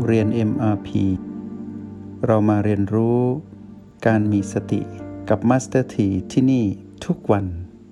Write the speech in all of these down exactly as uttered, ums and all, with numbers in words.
เรียน เอ็ม อาร์ พี เรามาเรียนรู้การมีสติกับ Master T ที่นี่ทุกวัน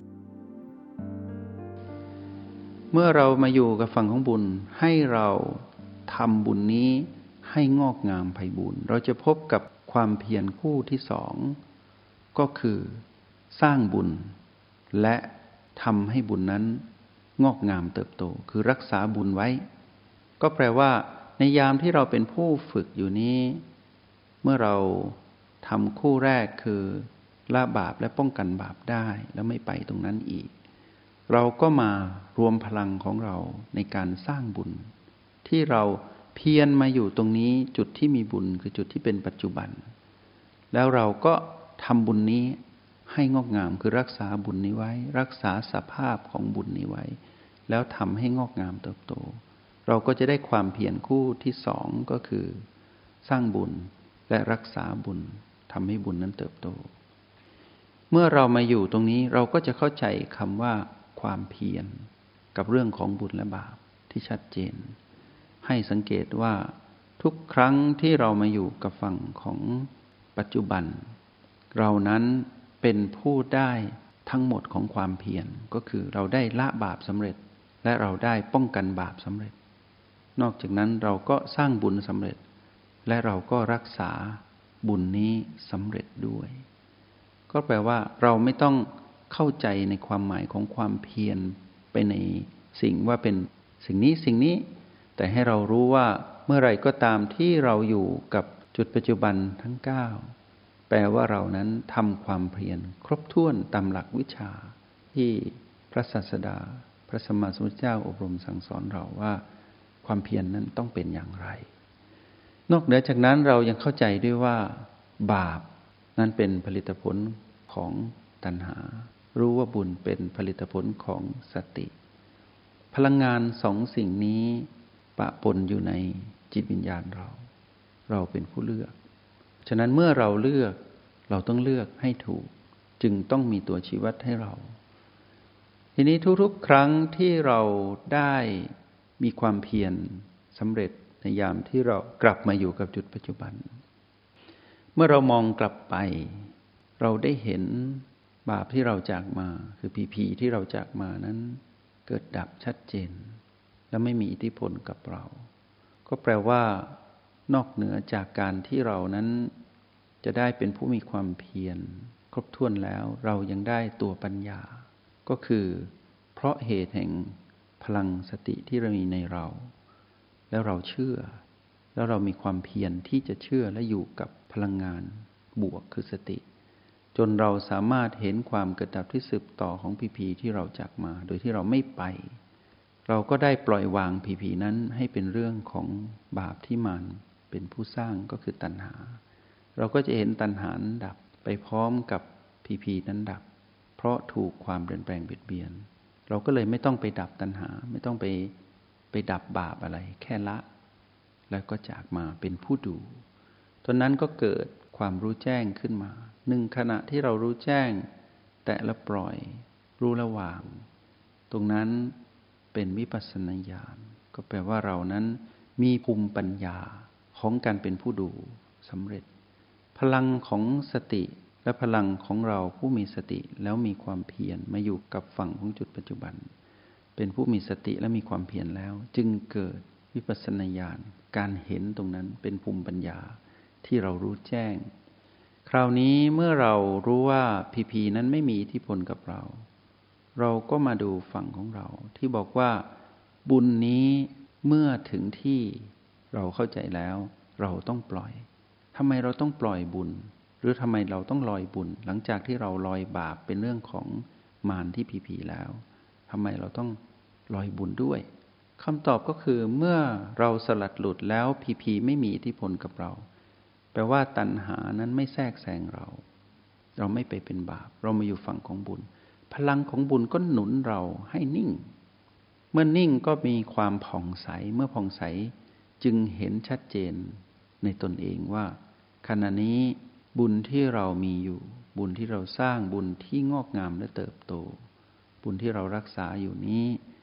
เมื่อเรามาอยู่กับฝั่งของบุญให้เราทำบุญนี้ให้งอกงามไพบูลย์เราจะพบกับความเพียรคู่ที่สองก็คือสร้างบุญและทำให้บุญนั้นงอกงามเติบโตคือรักษาบุญไว้ก็แปลว่าในยามที่เราเป็นผู้ฝึกอยู่นี้เมื่อเราทำคู่แรกคือละบาปและป้องกันบาปได้แล้วไม่ไปตรงนั้นอีกเราก็มารวมพลังของเราในการสร้างบุญที่เราเพียรมาอยู่ตรงนี้จุดที่มีบุญคือจุดที่เป็นปัจจุบันแล้วเราก็ทำบุญนี้ให้งอกงามคือรักษาบุญนี้ไว้รักษาสภาพของบุญนี้ไว้แล้วทำให้งอกงามเติบโตเราก็จะได้ความเพียรคู่ที่สองก็คือสร้างบุญและรักษาบุญทำให้บุญนั้นเติบโตเมื่อเรามาอยู่ตรงนี้เราก็จะเข้าใจคำว่าความเพียรกับเรื่องของบุญและบาปที่ชัดเจนให้สังเกตว่าทุกครั้งที่เรามาอยู่กับฝั่งของปัจจุบันเรานั้นเป็นผู้ได้ทั้งหมดของความเพียรก็คือเราได้ละบาปสำเร็จและเราได้ป้องกันบาปสำเร็จนอกจากนั้นเราก็สร้างบุญสำเร็จและเราก็รักษาบุญนี้สำเร็จด้วยก็แปลว่าเราไม่ต้องเข้าใจในความหมายของความเพียรไปในสิ่งว่าเป็นสิ่งนี้สิ่งนี้แต่ให้เรารู้ว่าเมื่อไรก็ตามที่เราอยู่กับจุดปัจจุบันทั้งเก้าแปลว่าเรานั้นทำความเพียรครบถ้วนตามหลักวิชาที่พระศาสดาพระสัมมาสัมพุทธเจ้าอบรมสั่งสอนเราว่าความเพียรนั้นต้องเป็นอย่างไรนอกเหนือจากนั้นเรายังเข้าใจด้วยว่าบาปนั้นเป็นผลิตผลของตัณหารู้ว่าบุญเป็นผลิตผลของสติพลังงานสองสิ่งนี้ปะปนอยู่ในจิตวิญญาณเราเราเป็นผู้เลือกฉะนั้นเมื่อเราเลือกเราต้องเลือกให้ถูกจึงต้องมีตัวชี้วัดให้เราทีนี้ทุกๆครั้งที่เราได้มีความเพียรสำเร็จในยามที่เรากลับมาอยู่กับจุดปัจจุบันเมื่อเรามองกลับไปเราได้เห็นบาปที่เราจากมาคือผีผีที่เราจากมานั้นเกิดดับชัดเจนและไม่มีอิทธิพลกับเราก็แปลว่านอกเหนือจากการที่เรานั้นจะได้เป็นผู้มีความเพียรครบถ้วนแล้วเรายังได้ตัวปัญญาก็คือเพราะเหตุแห่งพลังสติที่เรามีในเราแล้วเราเชื่อแล้วเรามีความเพียรที่จะเชื่อและอยู่กับพลังงานบวกคือสติจนเราสามารถเห็นความเกิดดับที่สืบต่อของผีผีที่เราจากมาโดยที่เราไม่ไปเราก็ได้ปล่อยวางผีผีนั้นให้เป็นเรื่องของบาปที่มันเป็นผู้สร้างก็คือตัณหาเราก็จะเห็นตัณหาดับไปพร้อมกับผีผีนั้นดับเพราะถูกความเปลี่ยนแปลงเบียดเบียนเราก็เลยไม่ต้องไปดับตัณหาไม่ต้องไปไปดับบาปอะไรแค่ละแล้วก็จากมาเป็นผู้ดูตอนนั้นก็เกิดความรู้แจ้งขึ้นมาหนึ่งขณะที่เรารู้แจ้งแตะและปล่อยรู้และวางตรงนั้นเป็นวิปัสสนาญาณก็แปลว่าเรานั้นมีภูมิปัญญาของการเป็นผู้ดูสำเร็จพลังของสติและพลังของเราผู้มีสติแล้วมีความเพียรมาอยู่กับฝั่งของจุดปัจจุบันเป็นผู้มีสติและมีความเพียรแล้วจึงเกิดวิปัสสนาญาณการเห็นตรงนั้นเป็นภูมิปัญญาที่เรารู้แจ้งคราวนี้เมื่อเรารู้ว่าผีผีนั้นไม่มีอิทธิพลกับเราเราก็มาดูฝั่งของเราที่บอกว่าบุญนี้เมื่อถึงที่เราเข้าใจแล้วเราต้องปล่อยทำไมเราต้องปล่อยบุญหรือทำไมเราต้องลอยบุญหลังจากที่เราลอยบาปเป็นเรื่องของมารที่ผีผีแล้วทำไมเราต้องลอยบุญด้วยคำตอบก็คือเมื่อเราสลัดหลุดแล้วผีผีไม่มีอิทธิพลกับเราแปลว่าตัณหานั้นไม่แทรกแซงเราเราไม่ไปเป็นบาปเรามาอยู่ฝั่งของบุญพลังของบุญก็หนุนเราให้นิ่งเมื่อนิ่งก็มีความผ่องใสเมื่อผ่องใสจึงเห็นชัดเจนในตนเองว่าขณะนี้บุญที่เรามีอยู่บุญที่เราสร้างบุญที่งอกงามและเติบโตบุญที่เรารักษาอยู่นี้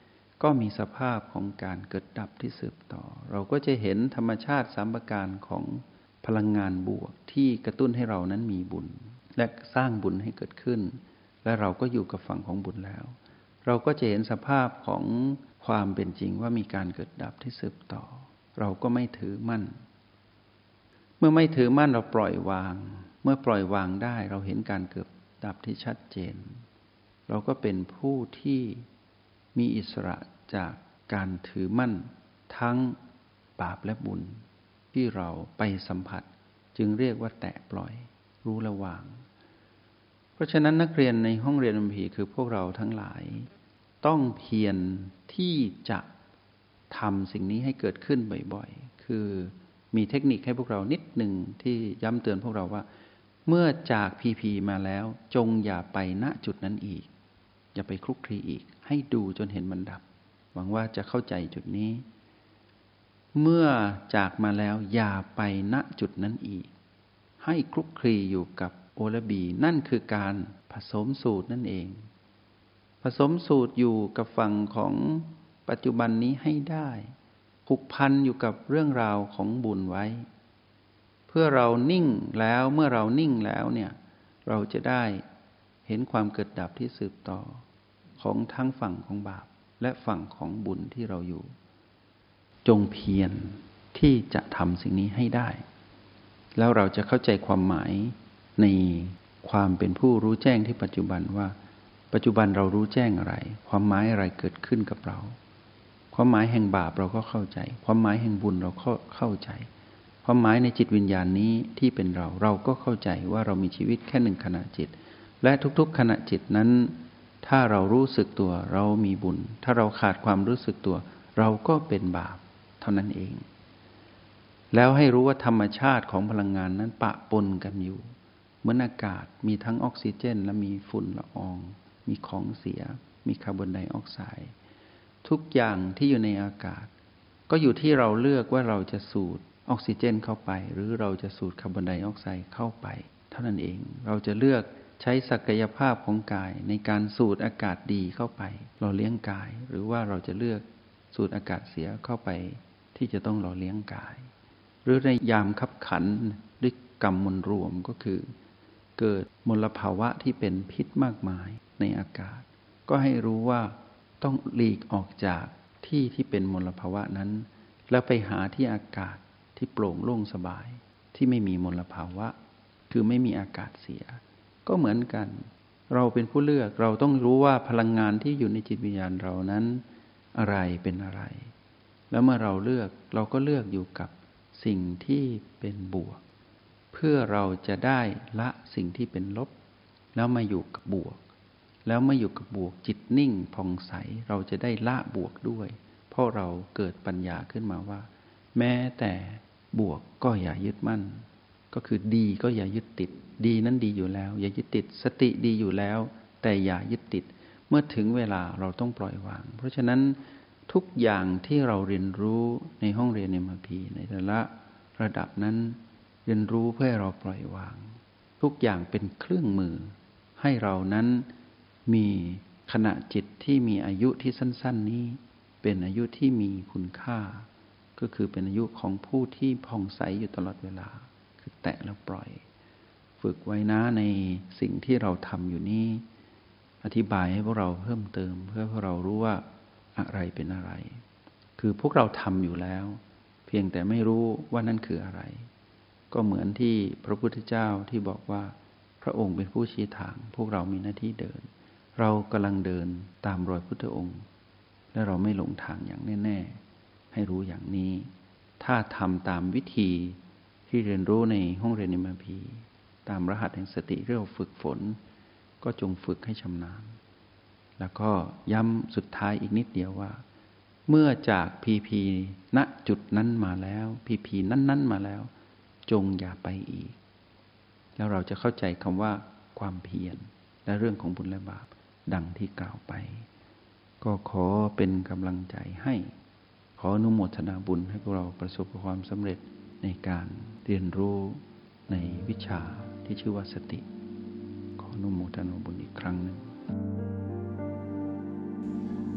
ก็มีสภาพของการเกิดดับที่สืบต่อเราก็จะเห็นธรรมชาติสามประการของพลังงานบวกที่กระตุ้นให้เรานั้นมีบุญและสร้างบุญให้เกิดขึ้นและเราก็อยู่กับฝั่งของบุญแล้วเราก็จะเห็นสภาพของความเป็นจริงว่ามีการเกิดดับที่สืบต่อเราก็ไม่ถือมั่นเมื่อไม่ถือมั่นเราปล่อยวางเมื่อปล่อยวางได้เราเห็นการเกิดดับที่ชัดเจนเราก็เป็นผู้ที่มีอิสระจากการถือมั่นทั้งบาปและบุญที่เราไปสัมผัสจึงเรียกว่าแตะปล่อยรู้และวางเพราะฉะนั้นนักเรียนในห้องเรียน เอ็ม พี คือพวกเราทั้งหลายต้องเพียรที่จะทำสิ่งนี้ให้เกิดขึ้นบ่อยๆคือมีเทคนิคให้พวกเรานิดหนึ่งที่ย้ำเตือนพวกเราว่าเมื่อจาก พี พี มาแล้วจงอย่าไปณจุดนั้นอีกอย่าไปคลุกคลีอีกให้ดูจนเห็นมันดับหวังว่าจะเข้าใจจุดนี้เมื่อจากมาแล้วอย่าไปณจุดนั้นอีกให้คลุกคลีอยู่กับโอและบีนั่นคือการผสมสูตรนั่นเองผสมสูตรอยู่กับฝั่งของปัจจุบันนี้ให้ได้ผูกพันอยู่กับเรื่องราวของบุญไว้เพื่อเรานิ่งแล้วเมื่อเรานิ่งแล้วเนี่ยเราจะได้เห็นความเกิดดับที่สืบต่อของทั้งฝั่งของบาปและฝั่งของบุญที่เราอยู่จงเพียรที่จะทำสิ่งนี้ให้ได้แล้วเราจะเข้าใจความหมายในความเป็นผู้รู้แจ้งที่ปัจจุบันว่าปัจจุบันเรารู้แจ้งอะไรความหมายอะไรเกิดขึ้นกับเราความหมายแห่งบาปเราก็เข้าใจความหมายแห่งบุญเราก็เข้าใจความหมายในจิตวิญญาณนี้ที่เป็นเราเราก็เข้าใจว่าเรามีชีวิตแค่หนึ่งขณะจิตและทุกๆขณะจิตนั้นถ้าเรารู้สึกตัวเรามีบุญถ้าเราขาดความรู้สึกตัวเราก็เป็นบาปเท่านั้นเองแล้วให้รู้ว่าธรรมชาติของพลังงานนั้นปะปนกันอยู่เหมือนอากาศมีทั้งออกซิเจนและมีฝุ่นละอองมีของเสียมีคาร์บอนไดออกไซด์ทุกอย่างที่อยู่ในอากาศก็อยู่ที่เราเลือกว่าเราจะสูดออกซิเจนเข้าไปหรือเราจะสูดคาร์บอนไดออกไซด์เข้าไปเท่านั้นเองเราจะเลือกใช้ศักยภาพของกายในการสูดอากาศดีเข้าไปหล่อเลี้ยงกายหรือว่าเราจะเลือกสูดอากาศเสียเข้าไปที่จะต้องหล่อเลี้ยงกายหรือในยามคับขันด้วยกรรมมวลรวมก็คือเกิดมลภาวะที่เป็นพิษมากมายในอากาศก็ให้รู้ว่าต้องหลีกออกจากที่ที่เป็นมลภาวะนั้นแล้วไปหาที่อากาศที่โปร่งโล่งสบายที่ไม่มีมลภาวะคือไม่มีอากาศเสียก็เหมือนกันเราเป็นผู้เลือกเราต้องรู้ว่าพลังงานที่อยู่ในจิตวิญญาณเรานั้นอะไรเป็นอะไรแล้วเมื่อเราเลือกเราก็เลือกอยู่กับสิ่งที่เป็นบวกเพื่อเราจะได้ละสิ่งที่เป็นลบแล้วมาอยู่กับบวกแล้วมาอยู่กับบวกจิตนิ่งผ่องใสเราจะได้ละบวกด้วยเพราะเราเกิดปัญญาขึ้นมาว่าแม้แต่บวกก็อย่ายึดมั่นก็คือดีก็อย่ายึดติดดีนั้นดีอยู่แล้วอย่ายึดติดสติดีอยู่แล้วแต่อย่ายึดติดเมื่อถึงเวลาเราต้องปล่อยวางเพราะฉะนั้นทุกอย่างที่เราเรียนรู้ในห้องเรียน เอ็ม พี ในแต่ละระดับนั้นเรียนรู้เพื่อให้เราปล่อยวางทุกอย่างเป็นเครื่องมือให้เรานั้นมีขณะจิตที่มีอายุที่สั้นๆนี้เป็นอายุที่มีคุณค่าก็คือเป็นอายุของผู้ที่ผ่องใสอยู่ตลอดเวลาคือแตะแล้วปล่อยฝึกไว้นะในสิ่งที่เราทำอยู่นี้อธิบายให้พวกเราเพิ่มเติมเพื่อพวกเรารู้ว่าอะไรเป็นอะไรคือพวกเราทำอยู่แล้วเพียงแต่ไม่รู้ว่านั่นคืออะไรก็เหมือนที่พระพุทธเจ้าที่บอกว่าพระองค์เป็นผู้ชี้ทางพวกเรามีหน้าที่เดินเรากำลังเดินตามรอยพุทธองค์และเราไม่หลงทางอย่างแน่ๆให้รู้อย่างนี้ถ้าทำตามวิธีที่เรียนรู้ในห้องเรียน เอ็ม พี ตามรหัสแห่งสติเรียกว่าฝึกฝนก็จงฝึกให้ชำนาญแล้วก็ย้ำสุดท้ายอีกนิดเดียวว่าเมื่อจาก พี พี ณจุดนั้นมาแล้ว พี พี นั้นๆมาแล้วจงอย่าไปอีกแล้วเราจะเข้าใจคำว่าความเพียรและเรื่องของบุญและบาปดังที่กล่าวไปก็ขอเป็นกำลังใจให้ขออนุโมทนาบุญให้พวกเราประสบความสำเร็จในการเรียนรู้ในวิชาที่ชื่อว่าสติขออนุโมทนาบุญอีกครั้งหนึ่ง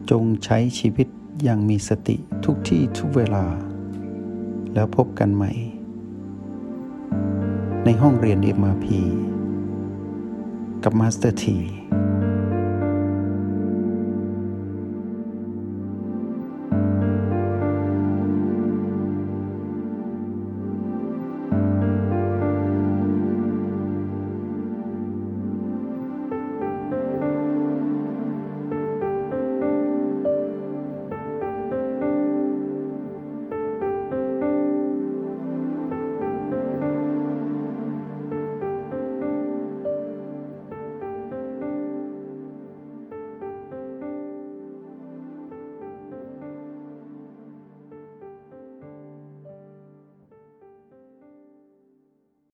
จงใช้ชีวิตอย่างมีสติทุกที่ทุกเวลาแล้วพบกันใหม่ในห้องเรียน เอ็ม อาร์ พี กับมาสเตอร์ที